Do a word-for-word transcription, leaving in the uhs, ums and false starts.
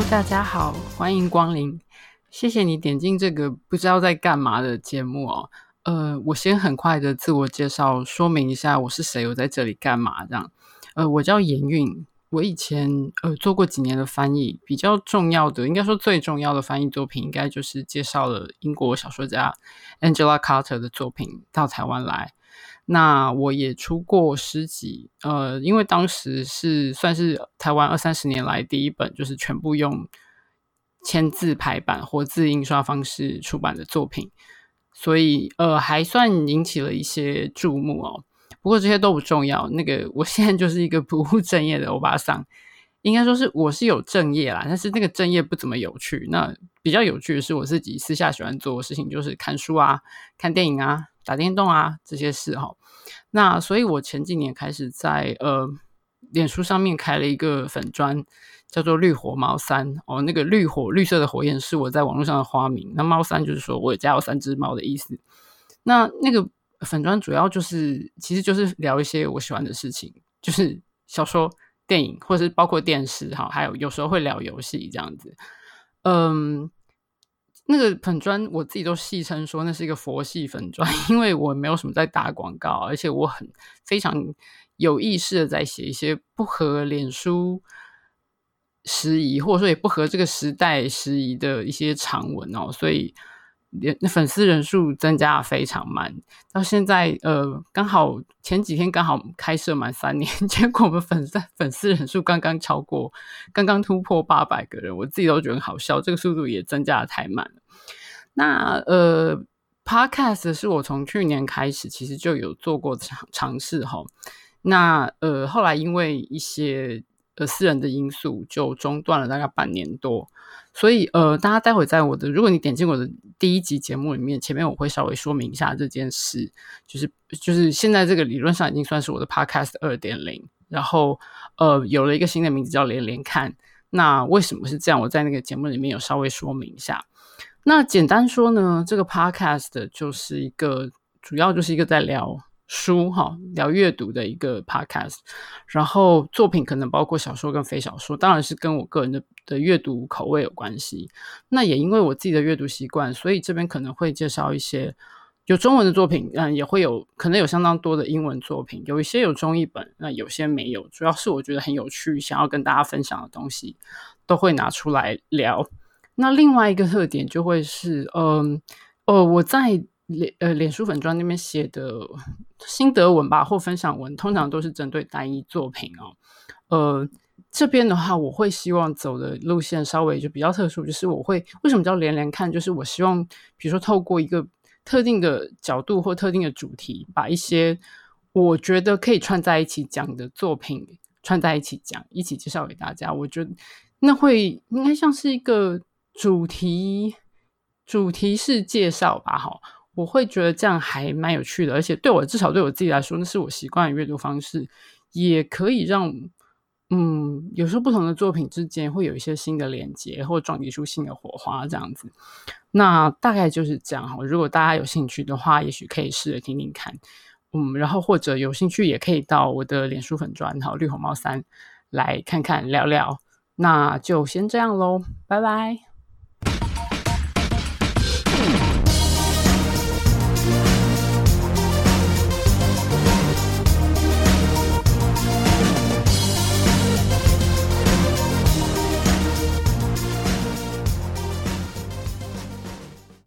大家好，欢迎光临，谢谢你点进这个不知道在干嘛的节目哦。呃，我先很快的自我介绍，说明一下我是谁，我在这里干嘛这样。呃，我叫严韵，我以前呃做过几年的翻译，比较重要的，应该说最重要的翻译作品，应该就是介绍了英国小说家 Angela Carter 的作品到台湾来。那我也出过诗集，呃，因为当时是算是台湾二三十年来第一本就是全部用签字排版、活字印刷方式出版的作品，所以呃还算引起了一些注目哦。不过这些都不重要，那个我现在就是一个不务正业的欧巴桑，应该说是我是有正业啦，但是那个正业不怎么有趣。那比较有趣的是我自己私下喜欢做的事情，就是看书啊、看电影啊、打电动啊这些事哈。那所以我前几年开始在呃脸书上面开了一个粉专，叫做绿火猫三哦，那个绿火绿色的火焰是我在网络上的花名，那猫三就是说我有家有三只猫的意思。那那个粉专主要就是其实就是聊一些我喜欢的事情，就是小说、电影，或是包括电视哈，还有有时候会聊游戏这样子。嗯，那个粉专我自己都戏称说那是一个佛系粉专，因为我没有什么在打广告，而且我很非常有意识的在写一些不合脸书时宜，或者说也不合这个时代时宜的一些长文哦，所以粉丝人数增加得非常慢，到现在呃，刚好前几天刚好开设满三年，结果我们粉丝粉丝人数刚刚超过，刚刚突破八百个人，我自己都觉得很好笑，这个速度也增加得太慢了。那呃 Podcast 是我从去年开始其实就有做过尝尝试齁，那呃后来因为一些呃私人的因素就中断了大概半年多，所以呃大家待会在我的，如果你点进我的第一集节目里面，前面我会稍微说明一下这件事，就是就是现在这个理论上已经算是我的 Podcast 二点零， 然后呃有了一个新的名字叫连连看。那为什么是这样，我在那个节目里面有稍微说明一下。那简单说呢，这个 podcast 就是一个主要就是一个在聊书聊阅读的一个 podcast， 然后作品可能包括小说跟非小说，当然是跟我个人的的阅读口味有关系。那也因为我自己的阅读习惯，所以这边可能会介绍一些有中文的作品，嗯，也会有可能有相当多的英文作品，有一些有中译本，那有些没有，主要是我觉得很有趣，想要跟大家分享的东西都会拿出来聊。那另外一个特点就会是，嗯，哦，我在脸呃脸书粉专那边写的心得文吧，或分享文，通常都是针对单一作品哦。呃，这边的话，我会希望走的路线稍微就比较特殊，就是我会为什么叫连连看，就是我希望，比如说透过一个特定的角度或特定的主题，把一些我觉得可以串在一起讲的作品串在一起讲，一起介绍给大家。我觉得那会应该像是一个主题主题式介绍吧，齁，我会觉得这样还蛮有趣的，而且对我至少对我自己来说，那是我习惯的阅读方式，也可以让嗯，有时候不同的作品之间会有一些新的连结，或撞击出新的火花这样子。那大概就是这样齁，如果大家有兴趣的话，也许可以试着听听看。嗯，然后或者有兴趣也可以到我的脸书粉专好绿红猫三来看看聊聊。那就先这样咯，拜拜。